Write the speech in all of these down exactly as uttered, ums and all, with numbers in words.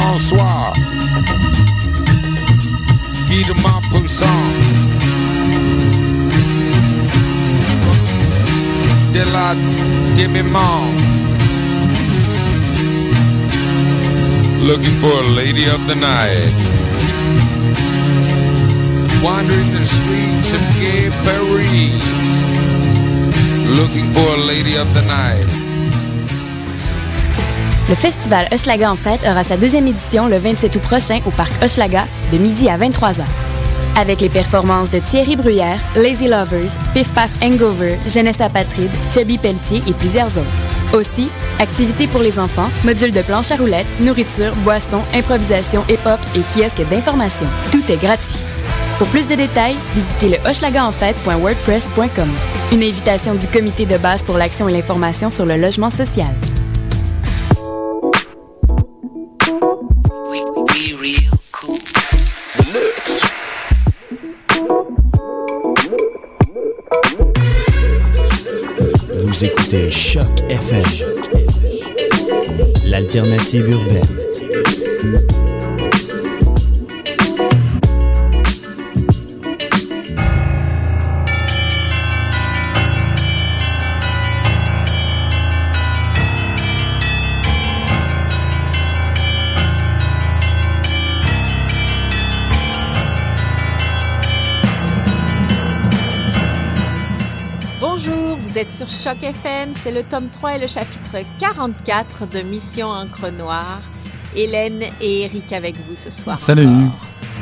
François, Guy de Maupassant, de la Débément, looking for a lady of the night, wandering the streets of gay Paris, looking for a lady of the night. Le festival Hochelaga en fête aura sa deuxième édition le vingt-sept août prochain au parc Hochelaga de midi à vingt-trois heures. Avec les performances de Thierry Bruyère, Lazy Lovers, Piff Paff Hangover, Jeunesse Apatride, Chubby Pelletier et plusieurs autres. Aussi, activités pour les enfants, modules de planche à roulettes, nourriture, boissons, improvisation, hip-hop et kiosque d'information. Tout est gratuit. Pour plus de détails, visitez le hochelaga en fête point wordpress point com. Une invitation du Comité de base pour l'action et l'information sur le logement social. Vous écoutez Choc F M, l'alternative urbaine. Vous êtes sur Choc F M, c'est le tome trois et le chapitre quarante-quatre de Mission Encre Noire. Hélène et Eric avec vous ce soir. Salut. Encore.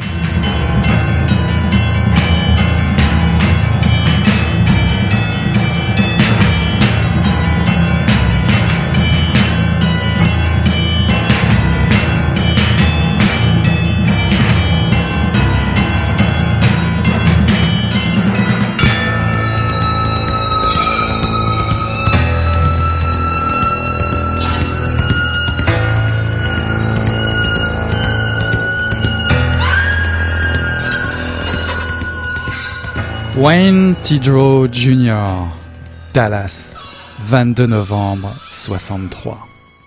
Wayne Tidrow junior, Dallas, vingt-deux novembre soixante-trois.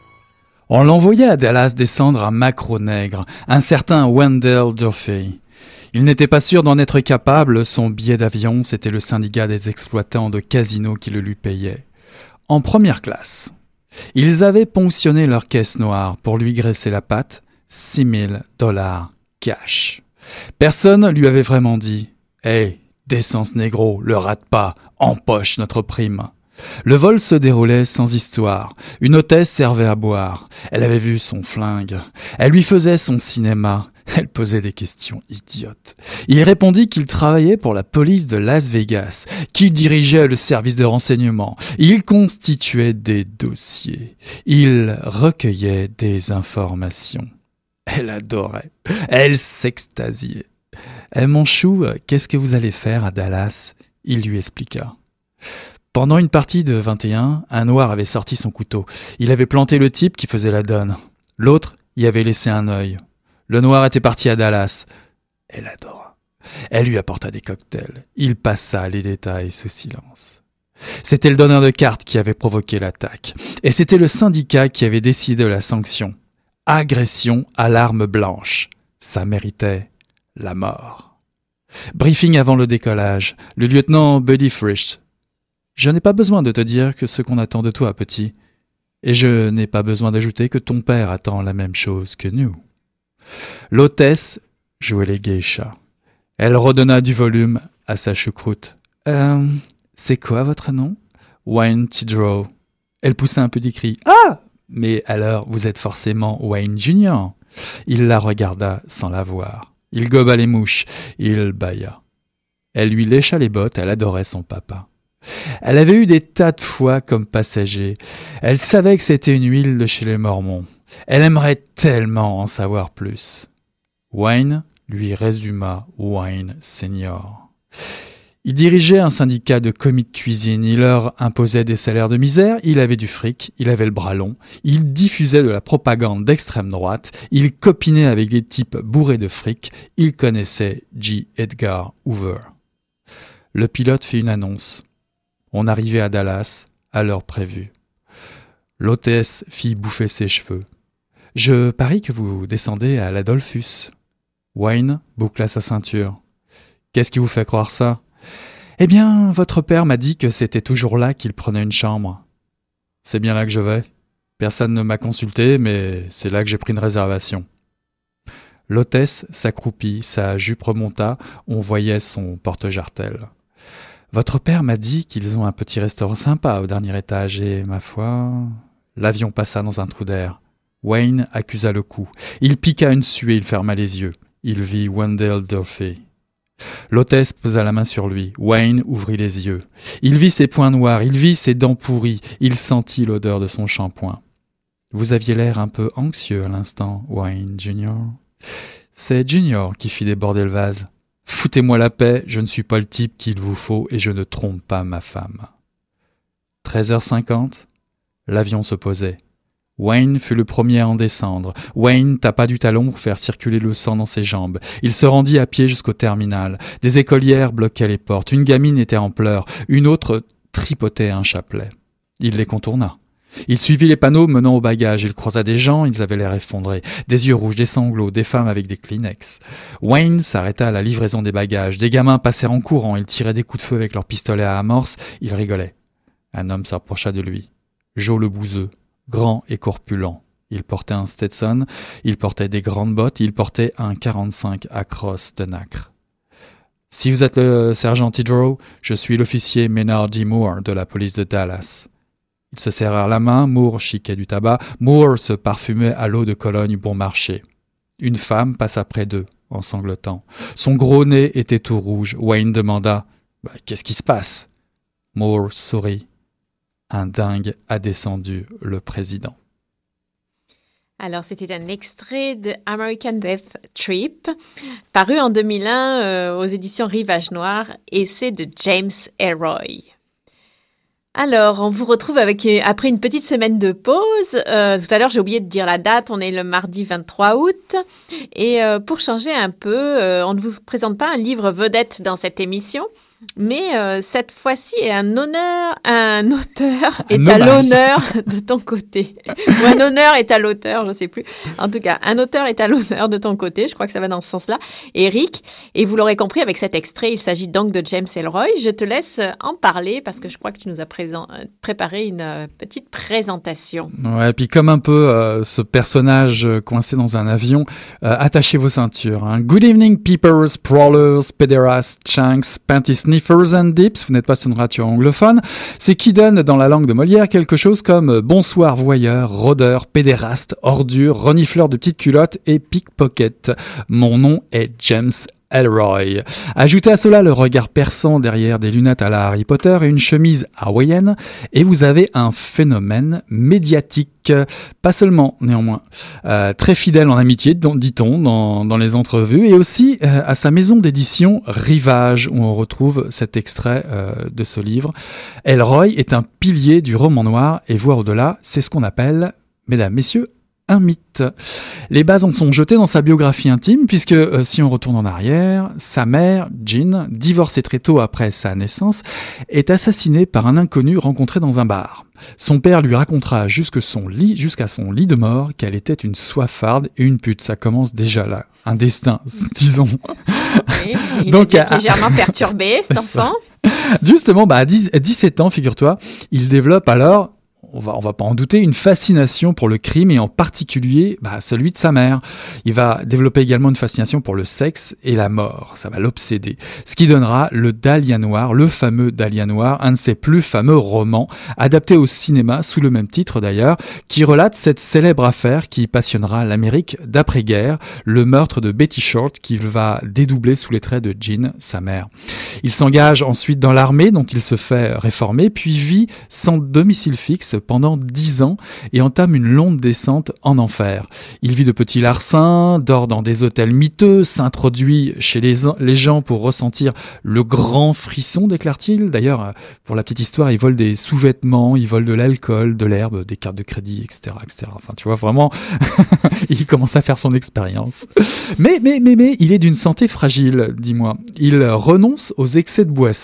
On l'envoyait à Dallas descendre un macro-nègre, un certain Wendell Duffy. Il n'était pas sûr d'en être capable, son billet d'avion, c'était le syndicat des exploitants de casinos qui le lui payait. En première classe. Ils avaient ponctionné leur caisse noire pour lui graisser la patte, six mille dollars cash. Personne lui avait vraiment dit « Hey, descends ce négro, le rate pas, empoche notre prime ». Le vol se déroulait sans histoire. Une hôtesse servait à boire. Elle avait vu son flingue. Elle lui faisait son cinéma. Elle posait des questions idiotes. Il répondit qu'il travaillait pour la police de Las Vegas, qu'il dirigeait le service de renseignement. Il constituait des dossiers. Il recueillait des informations. Elle adorait. Elle s'extasiait. Eh, « Mon chou, qu'est-ce que vous allez faire à Dallas ?» Il lui expliqua. Pendant une partie de vingt et un, un noir avait sorti son couteau. Il avait planté le type qui faisait la donne. L'autre y avait laissé un œil. Le noir était parti à Dallas. Elle adora. Elle lui apporta des cocktails. Il passa les détails sous silence. C'était le donneur de cartes qui avait provoqué l'attaque. Et c'était le syndicat qui avait décidé de la sanction. Agression à l'arme blanche. Ça méritait la mort. Briefing avant le décollage. Le lieutenant Buddy Frisch. Je n'ai pas besoin de te dire que ce qu'on attend de toi, petit. Et je n'ai pas besoin d'ajouter que ton père attend la même chose que nous. L'hôtesse jouait les geishas. Elle redonna du volume à sa choucroute. Euh, c'est quoi votre nom ? Wayne Tidrow. Elle poussa un petit cri. Ah ! Mais alors, vous êtes forcément Wayne junior Il la regarda sans la voir. Il goba les mouches. Il bâilla. Elle lui lécha les bottes. Elle adorait son papa. Elle avait eu des tas de fois comme passager. Elle savait que c'était une huile de chez les Mormons. Elle aimerait tellement en savoir plus. Wayne lui résuma Wayne senior. Il dirigeait un syndicat de commis de cuisine. Il leur imposait des salaires de misère. Il avait du fric. Il avait le bras long. Il diffusait de la propagande d'extrême droite. Il copinait avec des types bourrés de fric. Il connaissait J. Edgar Hoover. Le pilote fit une annonce. On arrivait à Dallas à l'heure prévue. L'hôtesse fit bouffer ses cheveux. Je parie que vous descendez à l'Adolphus. Wayne boucla sa ceinture. Qu'est-ce qui vous fait croire ça ? Eh bien, votre père m'a dit que c'était toujours là qu'il prenait une chambre. C'est bien là que je vais. Personne ne m'a consulté, mais c'est là que j'ai pris une réservation. L'hôtesse s'accroupit, sa jupe remonta, on voyait son porte-jartel. Votre père m'a dit qu'ils ont un petit restaurant sympa au dernier étage et, ma foi... L'avion passa dans un trou d'air. Wayne accusa le coup. Il piqua une suée, il ferma les yeux. Il vit Wendell Durfee. L'hôtesse posa la main sur lui. Wayne ouvrit les yeux. Il vit ses poings noirs, il vit ses dents pourries, il sentit l'odeur de son shampoing. Vous aviez l'air un peu anxieux à l'instant, Wayne Junior. C'est Junior qui fit déborder le vase. Foutez-moi la paix, je ne suis pas le type qu'il vous faut et je ne trompe pas ma femme. treize heures cinquante, l'avion se posait. Wayne fut le premier à en descendre. Wayne tapa du talon pour faire circuler le sang dans ses jambes. Il se rendit à pied jusqu'au terminal. Des écolières bloquaient les portes. Une gamine était en pleurs. Une autre tripotait un chapelet. Il les contourna. Il suivit les panneaux menant au bagage. Il croisa des gens, ils avaient l'air effondrés. Des yeux rouges, des sanglots, des femmes avec des Kleenex. Wayne s'arrêta à la livraison des bagages. Des gamins passèrent en courant. Ils tiraient des coups de feu avec leurs pistolets à amorce. Ils rigolaient. Un homme s'approcha de lui. Joe le bouseux. Grand et corpulent. Il portait un Stetson, il portait des grandes bottes, il portait un quarante-cinq à crosse de nacre. « Si vous êtes le sergent Tidrow, je suis l'officier Maynard D. Moore de la police de Dallas. » Ils se serrèrent la main, Moore chiquait du tabac, Moore se parfumait à l'eau de Cologne bon marché. Une femme passa près d'eux, en sanglotant. Son gros nez était tout rouge. Wayne demanda bah, « Qu'est-ce qui se passe ?» Moore sourit. Un dingue a descendu le président. Alors, c'était un extrait de American Death Trip, paru en deux mille un euh, aux éditions Rivage Noir, et c'est de James Ellroy. Alors, on vous retrouve avec, après une petite semaine de pause. Euh, tout à l'heure, j'ai oublié de dire la date. On est le mardi vingt-trois août. Et euh, pour changer un peu, euh, on ne vous présente pas un livre vedette dans cette émission. Mais euh, cette fois-ci, un honneur, un auteur est un à l'honneur de ton côté. Ou un honneur est à l'auteur, je ne sais plus. En tout cas, un auteur est à l'honneur de ton côté. Je crois que ça va dans ce sens-là. Eric, et vous l'aurez compris avec cet extrait, il s'agit donc de James Ellroy. Je te laisse en parler parce que je crois que tu nous as présent, préparé une euh, petite présentation. Ouais, et puis comme un peu euh, ce personnage euh, coincé dans un avion, euh, attachez vos ceintures. Hein. Good evening, peepers, prowlers, pederast, shanks, panty sniffers and dips. Vous n'êtes pas sur une radio anglophone. C'est qui donne dans la langue de Molière quelque chose comme bonsoir voyeur, rôdeur, pédéraste, ordure, renifleur de petites culottes et pickpocket. Mon nom est James Ellroy. Ajoutez à cela le regard perçant derrière des lunettes à la Harry Potter et une chemise hawaïenne, et vous avez un phénomène médiatique. Pas seulement, néanmoins, euh, très fidèle en amitié, dit-on, dans, dans les entrevues, et aussi euh, à sa maison d'édition Rivage, où on retrouve cet extrait euh, de ce livre. Ellroy est un pilier du roman noir, et voire au-delà, c'est ce qu'on appelle, mesdames, messieurs, un mythe. Les bases en sont jetées dans sa biographie intime, puisque euh, si on retourne en arrière, sa mère, Jean, divorcée très tôt après sa naissance, est assassinée par un inconnu rencontré dans un bar. Son père lui racontera jusque son lit, jusqu'à son lit de mort qu'elle était une soifarde et une pute. Ça commence déjà là. Un destin, disons. Oui, il Donc, est à... légèrement perturbé, cet enfant. Justement, bah, à dix-sept ans, figure-toi, il développe alors... On va, on va pas en douter, une fascination pour le crime et en particulier bah, celui de sa mère. Il va développer également une fascination pour le sexe et la mort. Ça va l'obséder. Ce qui donnera le Dahlia Noir, le fameux Dahlia Noir, un de ses plus fameux romans, adapté au cinéma sous le même titre d'ailleurs, qui relate cette célèbre affaire qui passionnera l'Amérique d'après-guerre, le meurtre de Betty Short qui va dédoubler sous les traits de Jean, sa mère. Il s'engage ensuite dans l'armée dont il se fait réformer, puis vit sans domicile fixe pendant dix ans et entame une longue descente en enfer. Il vit de petits larcins, dort dans des hôtels miteux, s'introduit chez les, les gens pour ressentir le grand frisson, déclare-t-il. D'ailleurs, pour la petite histoire, il vole des sous-vêtements, il vole de l'alcool, de l'herbe, des cartes de crédit, et cetera, et cetera. Enfin, tu vois, vraiment, il commence à faire son expérience. Mais, mais, mais, mais, il est d'une santé fragile, dis-moi. Il renonce aux excès de boisson.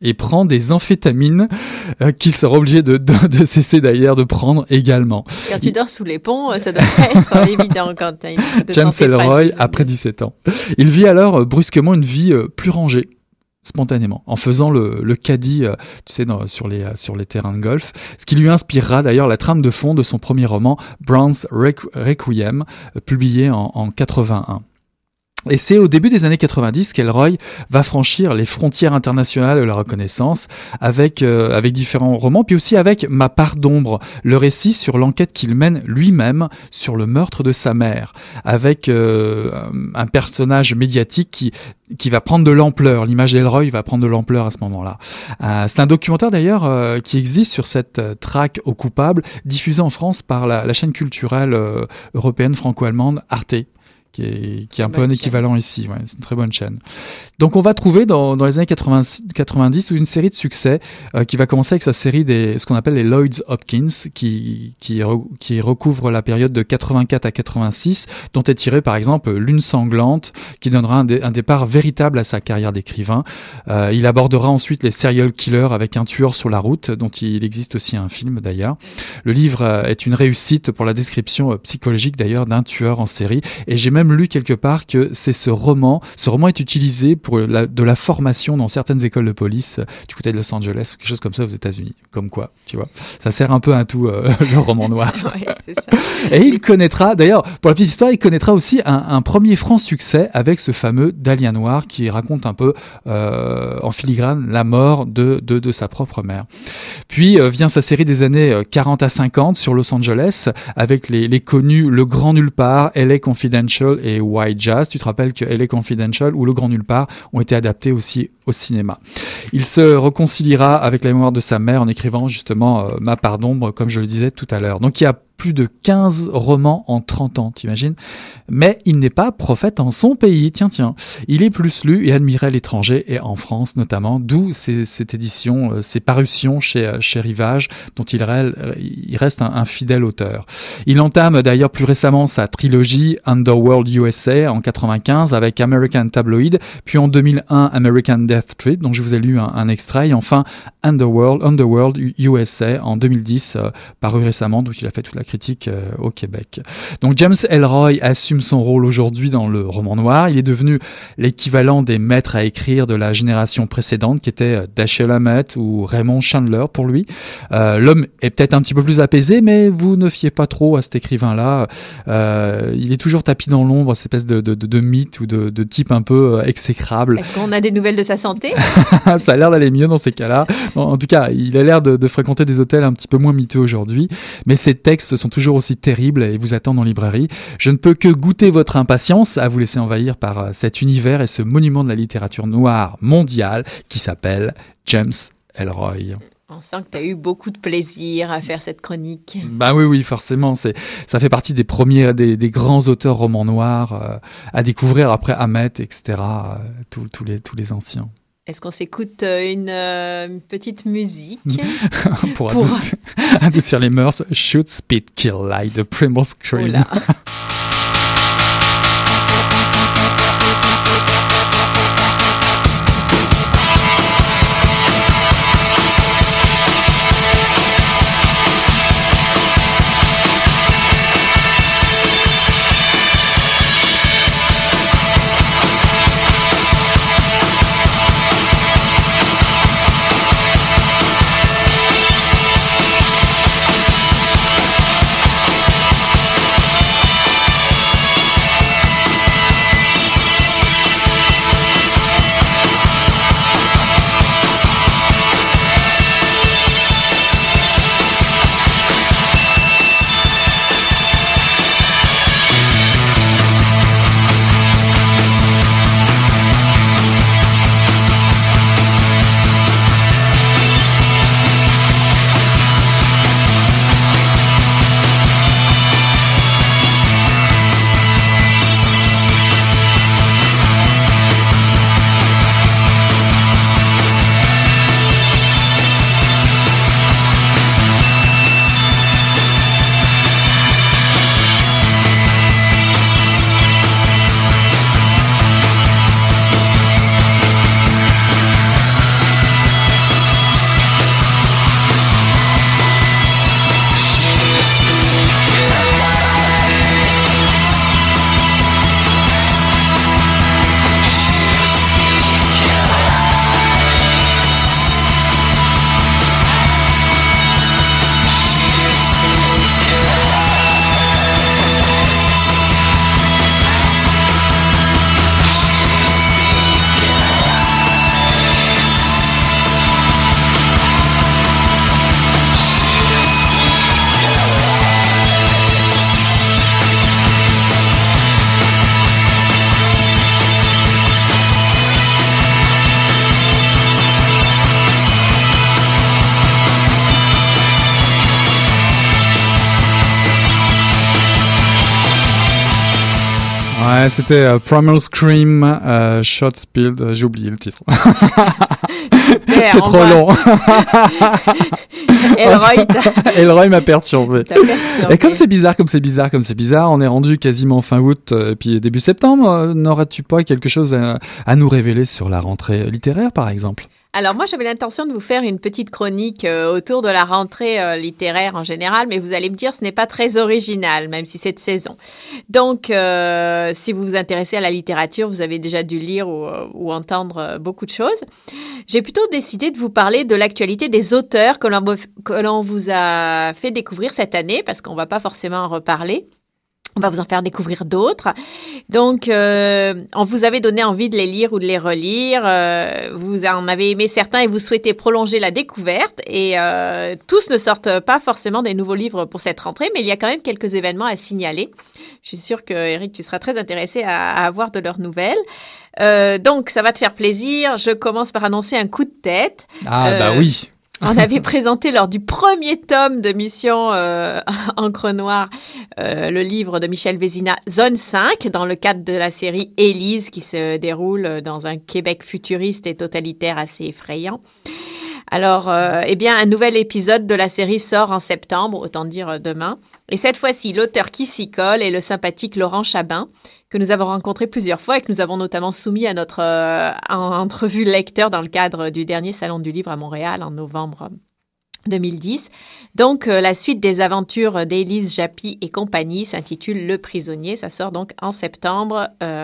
et prend des amphétamines euh, qu'il sera obligé de, de, de cesser d'ailleurs de prendre également. Quand tu dors sous les ponts, ça doit pas être évident quand tu as une de James santé Ellroy, fragile. après dix-sept ans. Il vit alors euh, brusquement une vie euh, plus rangée, spontanément, en faisant le, le caddie, euh, tu sais, dans, sur, les, euh, sur les terrains de golf, ce qui lui inspirera d'ailleurs la trame de fond de son premier roman, Brown's Requ- Requiem, euh, publié en, en quatre-vingt-un. Et c'est au début des années quatre-vingt-dix qu'Ellroy va franchir les frontières internationales de la reconnaissance avec, euh, avec différents romans, puis aussi avec Ma part d'ombre, le récit sur l'enquête qu'il mène lui-même sur le meurtre de sa mère, avec euh, un personnage médiatique qui, qui va prendre de l'ampleur. L'image d'Ellroy va prendre de l'ampleur à ce moment-là. Euh, c'est un documentaire d'ailleurs euh, qui existe sur cette euh, traque au coupable, diffusé en France par la, la chaîne culturelle euh, européenne franco-allemande Arte. Qui est, qui est un peu un équivalent ici, ouais, c'est une très bonne chaîne. Donc on va trouver dans, dans les années quatre-vingt-dix une série de succès euh, qui va commencer avec sa série des ce qu'on appelle les Lloyd Hopkins, qui, qui, re, qui recouvre la période de quatre-vingt-quatre à quatre-vingt-six, dont est tiré par exemple Lune sanglante, qui donnera un, dé, un départ véritable à sa carrière d'écrivain. Euh, il abordera ensuite les serial killers avec Un tueur sur la route, dont il existe aussi un film d'ailleurs. Le livre euh, est une réussite pour la description euh, psychologique d'ailleurs d'un tueur en série, et j'ai même lu quelque part que c'est ce roman, ce roman est utilisé pour la, de la formation dans certaines écoles de police euh, du côté de Los Angeles ou quelque chose comme ça aux États-Unis. Comme quoi, tu vois, ça sert un peu à tout euh, le roman noir. Ouais, c'est ça. Et il connaîtra, d'ailleurs, pour la petite histoire, il connaîtra aussi un, un premier franc succès avec ce fameux Dahlia noir qui raconte un peu euh, en filigrane la mort de, de, de sa propre mère. Puis euh, vient sa série des années quarante à cinquante sur Los Angeles avec les, les connus Le Grand Nulle Part, L A Confidential et White Jazz. Tu te rappelles que L A Confidential ou Le Grand Nulle Part ont été adaptés aussi au cinéma. Il se réconciliera avec la mémoire de sa mère en écrivant justement euh, Ma part d'ombre, comme je le disais tout à l'heure. Donc il y a plus de quinze romans en trente ans, t'imagines ? Mais il n'est pas prophète en son pays, tiens, tiens. Il est plus lu et admiré à l'étranger et en France notamment, d'où ces, cette édition, euh, ces parutions chez, chez Rivage, dont il, il reste un, un fidèle auteur. Il entame d'ailleurs plus récemment sa trilogie Underworld U S A en quatre-vingt-quinze avec American Tabloid, puis en deux mille un American Death Trip, dont je vous ai lu un, un extrait, et enfin Underworld, Underworld U S A en deux mille dix, euh, paru récemment, dont il a fait toute la critique euh, au Québec. Donc James Ellroy assume son rôle aujourd'hui dans le roman noir. Il est devenu l'équivalent des maîtres à écrire de la génération précédente, qui était Dashiell Hammett ou Raymond Chandler pour lui. Euh, l'homme est peut-être un petit peu plus apaisé, mais vous ne fiez pas trop à cet écrivain-là. Euh, il est toujours tapis dans l'ombre, cette espèce de, de, de, de mythe ou de, de type un peu euh, exécrable. Est-ce qu'on a des nouvelles de sa santé ? Ça a l'air d'aller mieux dans ces cas-là. En tout cas, il a l'air de, de fréquenter des hôtels un petit peu moins miteux aujourd'hui, mais ses textes sont toujours aussi terribles et vous attendent en librairie. Je ne peux que goûter votre impatience à vous laisser envahir par cet univers et ce monument de la littérature noire mondiale qui s'appelle James Ellroy. On sent que tu as eu beaucoup de plaisir à faire cette chronique. Bah oui, oui, forcément. C'est, ça fait partie des premiers, des, des grands auteurs romans noirs euh, à découvrir après Hammett, et cetera. Euh, tous, tous les, tous les anciens. Est-ce qu'on s'écoute une, euh, une petite musique pour, pour... Adoucir, adoucir les mœurs? Shoot, Spit, Kill, Lie de Primal Scream. Oula. Ouais, c'était euh, Primal Scream, euh, Shot Spilled, euh, j'ai oublié le titre. Super, c'était trop va... long. Elroy, Elroy m'a perturbé. perturbé. Et comme c'est bizarre, comme c'est bizarre, comme c'est bizarre, on est rendu quasiment fin août, et puis début septembre. Euh, n'auras-tu pas quelque chose à, à nous révéler sur la rentrée littéraire, par exemple? Alors moi, j'avais l'intention de vous faire une petite chronique euh, autour de la rentrée euh, littéraire en général, mais vous allez me dire ce n'est pas très original, même si c'est de saison. Donc, euh, si vous vous intéressez à la littérature, vous avez déjà dû lire ou, ou entendre euh, beaucoup de choses. J'ai plutôt décidé de vous parler de l'actualité des auteurs que l'on, que l'on vous a fait découvrir cette année, parce qu'on ne va pas forcément en reparler. On va vous en faire découvrir d'autres. Donc, euh, on vous avait donné envie de les lire ou de les relire. Euh, vous en avez aimé certains et vous souhaitez prolonger la découverte. Et euh, tous ne sortent pas forcément des nouveaux livres pour cette rentrée, mais il y a quand même quelques événements à signaler. Je suis sûre que, Eric, tu seras très intéressé à, à avoir de leurs nouvelles. Euh, donc, ça va te faire plaisir. Je commence par annoncer un coup de tête. Ah, euh, bah oui. On avait présenté lors du premier tome de Mission euh, Encre Noire euh, le livre de Michel Vézina, Zone cinq, dans le cadre de la série Élise, qui se déroule dans un Québec futuriste et totalitaire assez effrayant. Alors, euh, eh bien, un nouvel épisode de la série sort en septembre, autant dire demain. Et cette fois-ci, l'auteur qui s'y colle est le sympathique Laurent Chabin, que nous avons rencontré plusieurs fois et que nous avons notamment soumis à notre euh, entrevue lecteur dans le cadre du dernier Salon du Livre à Montréal en novembre deux mille dix. Donc, euh, la suite des aventures d'Élise Japy et compagnie s'intitule Le Prisonnier. Ça sort donc en septembre euh,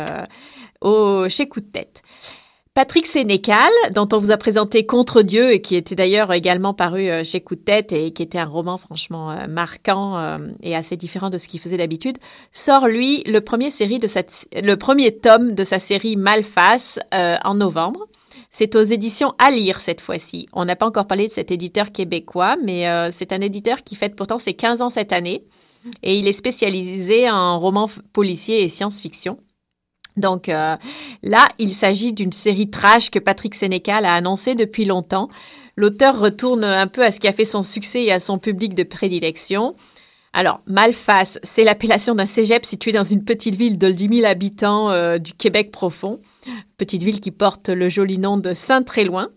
au, chez Coup de Tête. Patrick Sénécal, dont on vous a présenté Contre Dieu et qui était d'ailleurs également paru chez Coup de Tête et qui était un roman franchement euh, marquant euh, et assez différent de ce qu'il faisait d'habitude, sort lui le premier, série de sa, le premier tome de sa série Malface euh, en novembre. C'est aux éditions À lire cette fois-ci. On n'a pas encore parlé de cet éditeur québécois, mais euh, c'est un éditeur qui fête pourtant ses quinze ans cette année et il est spécialisé en romans policiers et science-fiction. Donc euh, là, il s'agit d'une série trash que Patrick Sénécal a annoncée depuis longtemps. L'auteur retourne un peu à ce qui a fait son succès et à son public de prédilection. Alors, Malface, c'est l'appellation d'un cégep situé dans une petite ville de dix mille habitants euh, du Québec profond. Petite ville qui porte le joli nom de Saint-Très-Loin.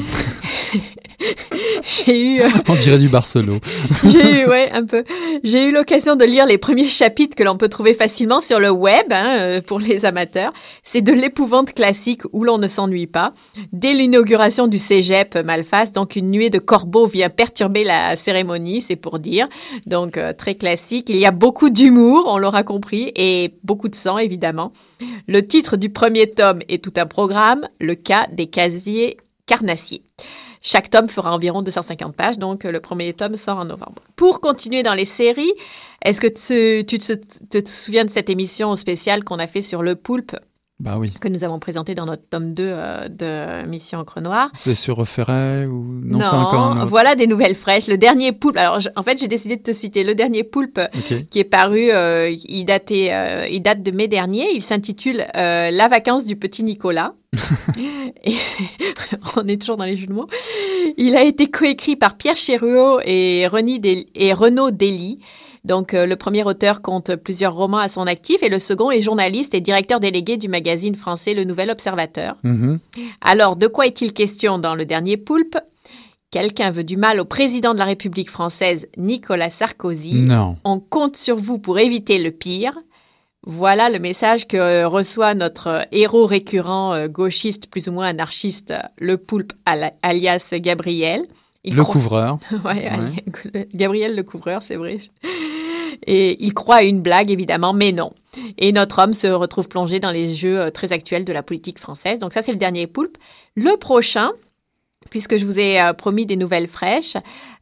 J'ai eu, euh, on dirait du Barcelo. J'ai eu, ouais, un peu. J'ai eu l'occasion de lire les premiers chapitres que l'on peut trouver facilement sur le web, hein, euh, pour les amateurs. C'est de l'épouvante classique où l'on ne s'ennuie pas. Dès l'inauguration du cégep Malface, donc une nuée de corbeaux vient perturber la cérémonie, c'est pour dire. Donc euh, très classique. Il y a beaucoup d'humour, on l'aura compris, et beaucoup de sang évidemment. Le titre du premier tome est tout un programme, le cas des casiers carnassiers. Chaque tome fera environ deux cent cinquante pages, donc le premier tome sort en novembre. Pour continuer dans les séries, est-ce que tu, tu te, te, te souviens de cette émission spéciale qu'on a fait sur le poulpe? Bah oui. Que nous avons présenté dans notre tome deux euh, de Mission Encre Noire. C'est sur Ferret ou non, non c'est encore un autre. Voilà des nouvelles fraîches. Le dernier poulpe. Alors, je, en fait, j'ai décidé de te citer le dernier poulpe okay. qui est paru. Euh, il, datait, euh, il date de mai dernier. Il s'intitule euh, La vacance du petit Nicolas. Et on est toujours dans les jeux de mots. Il a été coécrit par Pierre Chéruot et, Del- et Renaud Dely. Donc, euh, le premier auteur compte plusieurs romans à son actif et le second est journaliste et directeur délégué du magazine français Le Nouvel Observateur. Mm-hmm. Alors, de quoi est-il question dans le dernier poulpe? Quelqu'un veut du mal au président de la République française, Nicolas Sarkozy. Non. On compte sur vous pour éviter le pire. Voilà le message que reçoit notre héros récurrent euh, gauchiste, plus ou moins anarchiste, le poulpe alias Gabriel. Il le cro... couvreur. ouais, ouais. Gabriel le couvreur, c'est vrai. Et il croit à une blague, évidemment, mais non. Et notre homme se retrouve plongé dans les jeux très actuels de la politique française. Donc ça, c'est le dernier poulpe. Le prochain, puisque je vous ai euh, promis des nouvelles fraîches,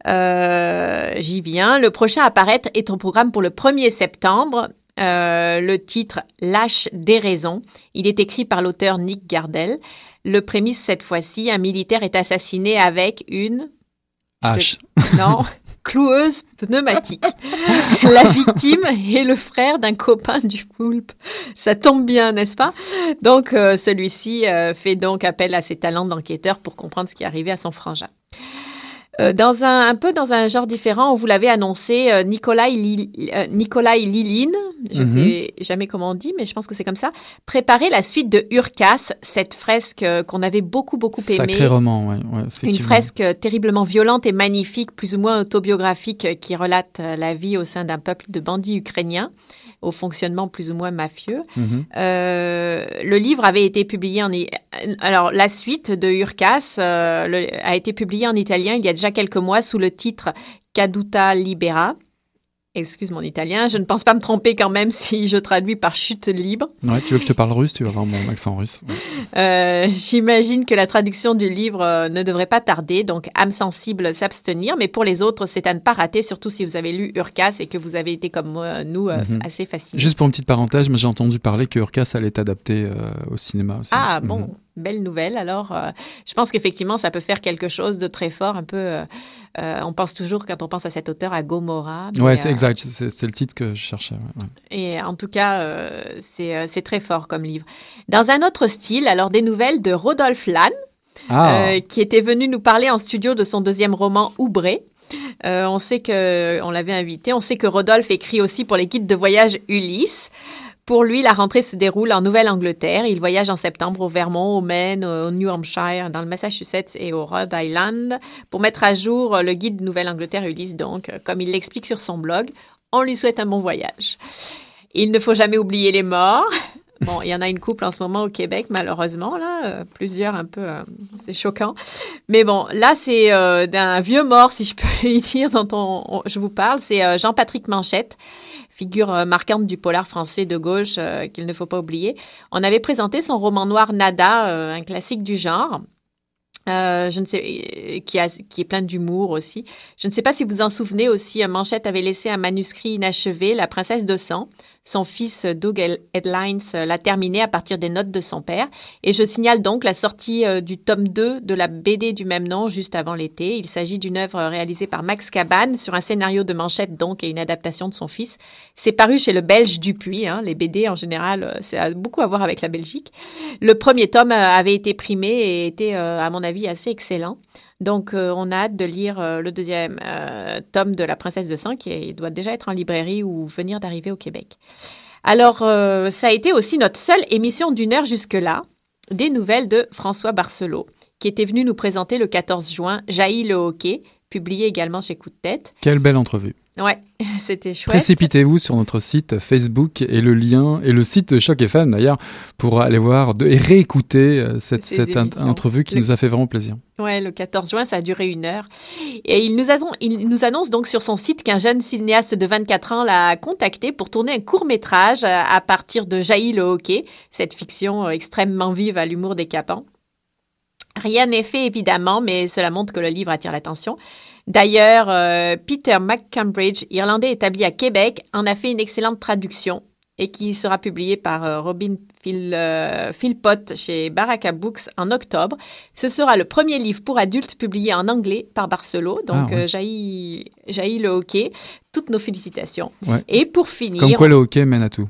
euh, j'y viens. Le prochain à apparaître est au programme pour le premier septembre. Euh, le titre « Lâche des raisons ». Il est écrit par l'auteur Nick Gardel. Le prémisse, cette fois-ci, un militaire est assassiné avec une... Hache. Te... Non, cloueuse pneumatique. La victime est le frère d'un copain du poulpe. Ça tombe bien, n'est-ce pas? Donc, euh, celui-ci euh, fait donc appel à ses talents d'enquêteur pour comprendre ce qui est arrivé à son frangin. Euh, dans un, un peu dans un genre différent, on vous l'avait annoncé, euh, Nikolai, Li, euh, Nikolai Liline, je ne Mhm. sais jamais comment on dit, mais je pense que c'est comme ça, préparait la suite de Urkas, cette fresque euh, qu'on avait beaucoup, beaucoup aimée. Sacré roman, ouais, ouais, Une effectivement. fresque euh, terriblement violente et magnifique, plus ou moins autobiographique, euh, qui relate euh, la vie au sein d'un peuple de bandits ukrainiens, au fonctionnement plus ou moins mafieux. Mhm. Euh, le livre avait été publié en... I- Alors, la suite de Urkas euh, le- a été publiée en italien il y a déjà quelques mois sous le titre Caduta Libera. Excuse mon italien, je ne pense pas me tromper quand même si je traduis par chute libre. Ouais, tu veux que je te parle russe, tu vas voir mon accent russe. Ouais. Euh, j'imagine que la traduction du livre euh, ne devrait pas tarder, donc âme sensible s'abstenir, mais pour les autres, c'est à ne pas rater, surtout si vous avez lu Urkas et que vous avez été comme moi, nous, euh, Mhm. assez fascinés. Juste pour une petite parenthèse, moi, j'ai entendu parler que Urkas allait être adapté euh, au cinéma aussi. Ah bon, Mhm. belle nouvelle. Alors, euh, je pense qu'effectivement, ça peut faire quelque chose de très fort, un peu... euh, euh, on pense toujours, quand on pense à cet auteur, à Gomorrah. mais, Ouais, c'est euh, exact, c'est, c'est le titre que je cherchais. Ouais, ouais. Et en tout cas, euh, c'est, euh, c'est très fort comme livre. Dans un autre style, alors des nouvelles de Rodolphe Lann, Ah, euh, qui était venu nous parler en studio de son deuxième roman Oubré. Euh, on sait que, on l'avait invité, on sait que Rodolphe écrit aussi pour les guides de voyage Ulysse. Pour lui, la rentrée se déroule en Nouvelle-Angleterre. Il voyage en septembre au Vermont, au Maine, au New Hampshire, dans le Massachusetts et au Rhode Island pour mettre à jour le guide Nouvelle-Angleterre Ulysse. Donc, comme il l'explique sur son blog, on lui souhaite un bon voyage. Il ne faut jamais oublier les morts. Bon, il y en a une couple en ce moment au Québec, malheureusement, là, euh, plusieurs un peu, euh, c'est choquant. Mais bon, là, c'est euh, d'un vieux mort, si je peux y dire, dont on, on- je vous parle. C'est euh, Jean-Patrick Manchette, figure euh, marquante du polar français de gauche euh, qu'il ne faut pas oublier. On avait présenté son roman noir Nada, euh, un classique du genre. Euh, je ne sais, euh, qui, a, qui est plein d'humour aussi. Je ne sais pas si vous en souvenez aussi, euh, Manchette avait laissé un manuscrit inachevé, La princesse de sang. Son fils euh, Doug Hed- Headlines euh, l'a terminé à partir des notes de son père. Et je signale donc la sortie euh, du tome deux de la B D du même nom juste avant l'été. Il s'agit d'une œuvre réalisée par Max Cabane sur un scénario de Manchette donc et une adaptation de son fils. C'est paru chez le Belge Dupuis. Hein. Les B D en général, euh, ça a beaucoup à voir avec la Belgique. Le premier tome euh, avait été primé et était, euh, à mon avis, assez excellent. Donc, euh, on a hâte de lire euh, le deuxième euh, tome de La Princesse de Sang, qui est- doit déjà être en librairie ou venir d'arriver au Québec. Alors, euh, ça a été aussi notre seule émission d'une heure jusque-là, des nouvelles de François Barcelot, qui était venu nous présenter le quatorze juin Jaillit le hockey, publié également chez Coup de tête. quelle belle entrevue. Ouais, c'était chouette. Précipitez-vous sur notre site Facebook et le lien, et le site de Choc F M d'ailleurs, pour aller voir de, et réécouter euh, cette, Ces cette in- émissions. entrevue qui Le- nous a fait vraiment plaisir. Ouais, le quatorze juin, ça a duré une heure. Et il nous, a- il nous annonce donc sur son site qu'un jeune cinéaste de vingt-quatre ans l'a contacté pour tourner un court-métrage à à partir de Jaillit le hockey, cette fiction euh, extrêmement vive à l'humour décapant. Rien n'est fait, évidemment, mais cela montre que le livre attire l'attention. D'ailleurs, euh, Peter McCambridge, Irlandais établi à Québec, en a fait une excellente traduction et qui sera publiée par euh, Robin Phil, euh, Philpott chez Baraka Books en octobre. Ce sera le premier livre pour adultes publié en anglais par Barcelot, donc Ah, ouais. euh, Jaillit, Jaillit le hockey. Toutes nos félicitations. Ouais. Et pour finir, Comme quoi le hockey mène à tout.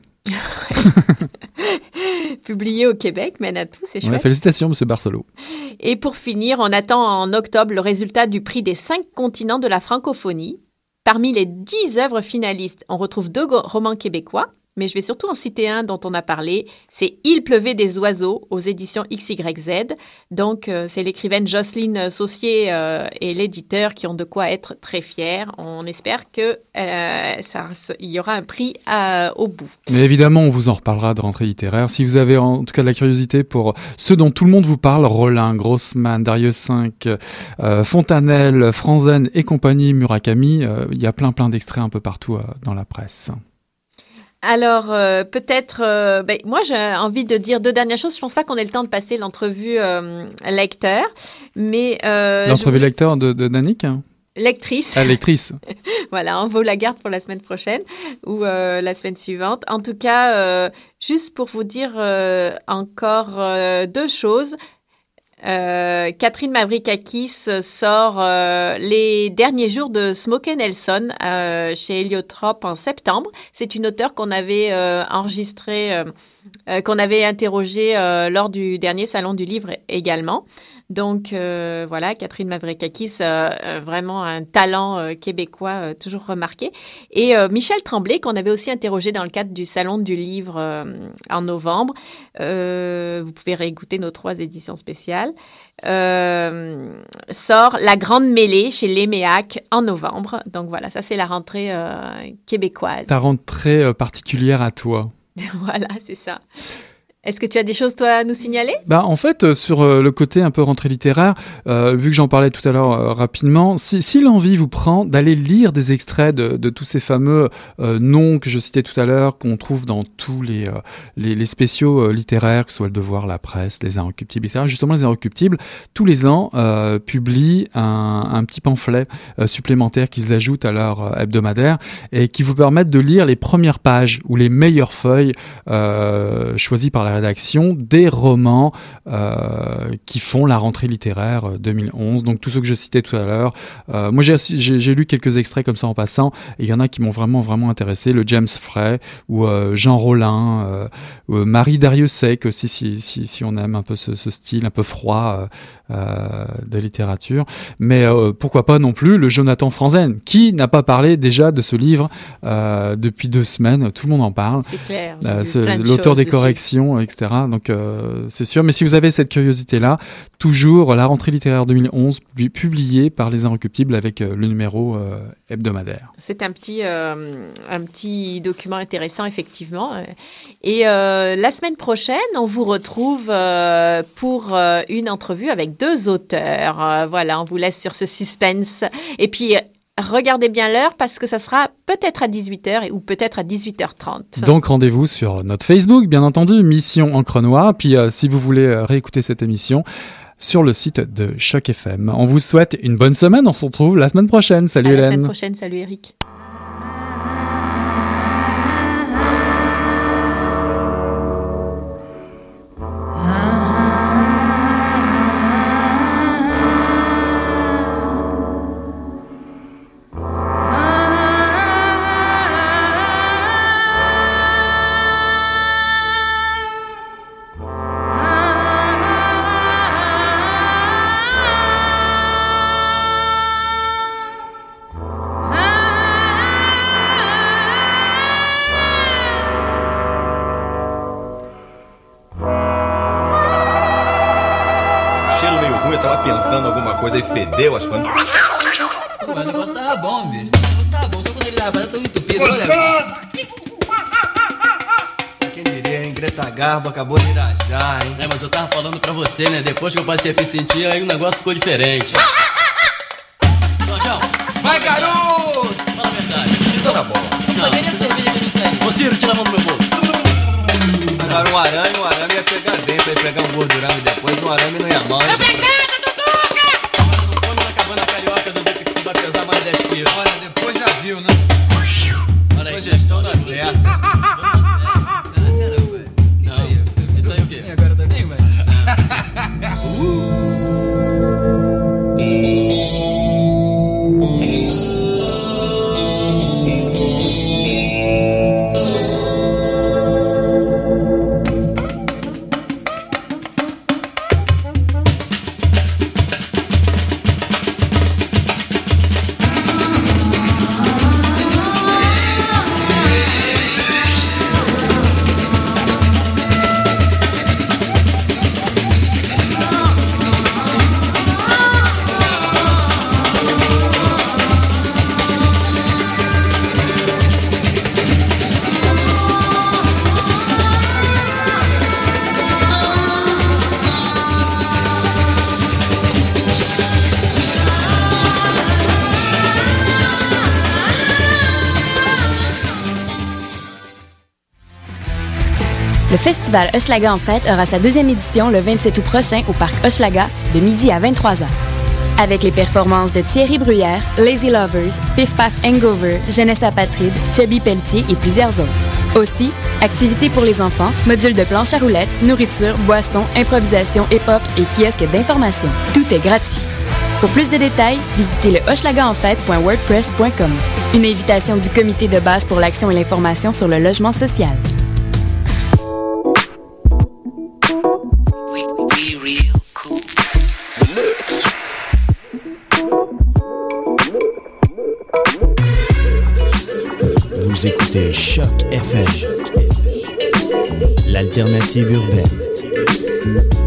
publié au Québec, mène à tout, c'est Ouais, chouette. félicitations, monsieur Barcelot. Et pour finir, on attend en octobre le résultat du prix des cinq continents de la francophonie. Parmi les dix œuvres finalistes, on retrouve deux go- romans québécois, mais je vais surtout en citer un dont on a parlé. C'est Il pleuvait des oiseaux aux éditions X Y Z. Donc, euh, c'est l'écrivaine Jocelyne Saucier euh, et l'éditeur qui ont de quoi être très fiers. On espère que euh, ça, il y aura un prix à- au bout. Mais évidemment, on vous en reparlera de rentrée littéraire. Si vous avez en tout cas de la curiosité pour ceux dont tout le monde vous parle, Rollin, Grossman, Darius cinq, euh, Fontanelle, Franzen et compagnie, Murakami, euh, il y a plein plein d'extraits un peu partout euh, dans la presse. Alors, euh, peut-être, euh, ben, moi, j'ai envie de dire deux dernières choses. Je pense pas qu'on ait le temps de passer l'entrevue euh, lecteur, mais... Euh, L'entrevue je- lecteur de, de Danick, hein. Lectrice. Ah, lectrice. Voilà, on vaut la garde pour la semaine prochaine ou euh, la semaine suivante. En tout cas, euh, juste pour vous dire euh, encore euh, deux choses. Euh, Catherine Mavrikakis sort euh, les derniers jours de Smokey Nelson euh, chez Héliotrope en septembre. C'est une auteure qu'on avait euh, enregistrée, euh, euh, qu'on avait interrogée euh, lors du dernier salon du livre également. Donc euh, voilà, Catherine Mavrekakis, euh, euh, vraiment un talent euh, québécois euh, toujours remarqué. Et euh, Michel Tremblay, qu'on avait aussi interrogé dans le cadre du Salon du Livre euh, en novembre. Euh, vous pouvez réécouter nos trois éditions spéciales. Euh, sort La Grande Mêlée chez Léméac en novembre. Donc voilà, ça c'est la rentrée euh, québécoise. Ta rentrée euh, particulière à toi. Voilà, c'est ça. Est-ce que tu as des choses, toi, à nous signaler ? Bah, en fait, euh, sur euh, le côté un peu rentrée littéraire, euh, vu que j'en parlais tout à l'heure euh, rapidement, si, si l'envie vous prend d'aller lire des extraits de, de tous ces fameux euh, noms que je citais tout à l'heure, qu'on trouve dans tous les, euh, les, les spéciaux euh, littéraires, que ce soit le Devoir, la Presse, les Inrecuptibles, et cetera. Justement, les Inrecuptibles, tous les ans, euh, publient un, un petit pamphlet euh, supplémentaire qu'ils ajoutent à leur euh, hebdomadaire et qui vous permettent de lire les premières pages ou les meilleures feuilles euh, choisies par la rédaction des romans euh, qui font la rentrée littéraire deux mille onze. Donc tous ceux que je citais tout à l'heure. Euh, moi j'ai, j'ai, j'ai lu quelques extraits comme ça en passant et il y en a qui m'ont vraiment vraiment intéressé. Le James Frey ou euh, Jean Rollin, euh, euh, Marie Dariussec aussi si, si, si on aime un peu ce, ce style un peu froid euh, euh, de littérature. Mais euh, pourquoi pas non plus le Jonathan Franzen. Qui n'a pas parlé déjà de ce livre euh, depuis deux semaines? Tout le monde en parle. C'est clair. Euh, ce, l'auteur des dessus. corrections, et cetera. Donc euh, c'est sûr. Mais si vous avez cette curiosité-là, toujours la rentrée littéraire deux mille onze publiée par les Inrecuptibles avec euh, le numéro euh, hebdomadaire. C'est un petit, euh, un petit document intéressant, effectivement. Et euh, la semaine prochaine, on vous retrouve euh, pour euh, une entrevue avec deux auteurs. Euh, voilà, on vous laisse sur ce suspense. Et puis... regardez bien l'heure parce que ça sera peut-être à dix-huit heures ou peut-être à dix-huit heures trente. Donc rendez-vous sur notre Facebook, bien entendu, Mission Encre Noire. Puis euh, si vous voulez euh, réécouter cette émission, sur le site de Choc F M. On vous souhaite une bonne semaine. On se retrouve la semaine prochaine. Salut à Hélène. La semaine prochaine. Salut Eric. Coisa e fedeu as coisas. Pô, mas o negócio tava bom, bicho. O negócio tava bom, só quando ele tava tão entupido. Gostoso! Quem diria, hein? Greta Garbo acabou de irajar, hein? É, mas eu tava falando pra você, né? Depois que eu passei a me sentir, aí o negócio ficou diferente. Jorjão! Vai, garoto! Fala a verdade. Isso tá bom. Não, nem a cerveja que eu não sei. Ô, Ciro, tira a mão do meu bolso. Agora um arame, um arame ia pegar dentro, ia pegar um gordurão e depois um arame não ia mal. Obrigada, Duduca! Não come na cabana carioca, Duduca, que tu vai pesar mais dez quilos. Olha, depois já viu, né? Olha aí, gestão dá certo. Não dá certo, velho. Não, isso aí o quê? E agora também, velho? uh! Le festival Hochelaga en fête aura sa deuxième édition le vingt-sept août prochain au parc Hochelaga de midi à vingt-trois heures. Avec les performances de Thierry Bruyère, Lazy Lovers, Piff Paff Hangover, Jeunesse Apatride, Chubby Pelletier et plusieurs autres. Aussi, activités pour les enfants, modules de planche à roulettes, nourriture, boissons, improvisation, hip-hop et kiosque d'information. Tout est gratuit. Pour plus de détails, visitez le hochelaga en fête point wordpress point com. Une invitation du Comité de base pour l'action et l'information sur le logement social. écoutez Choc F M, l'alternative urbaine.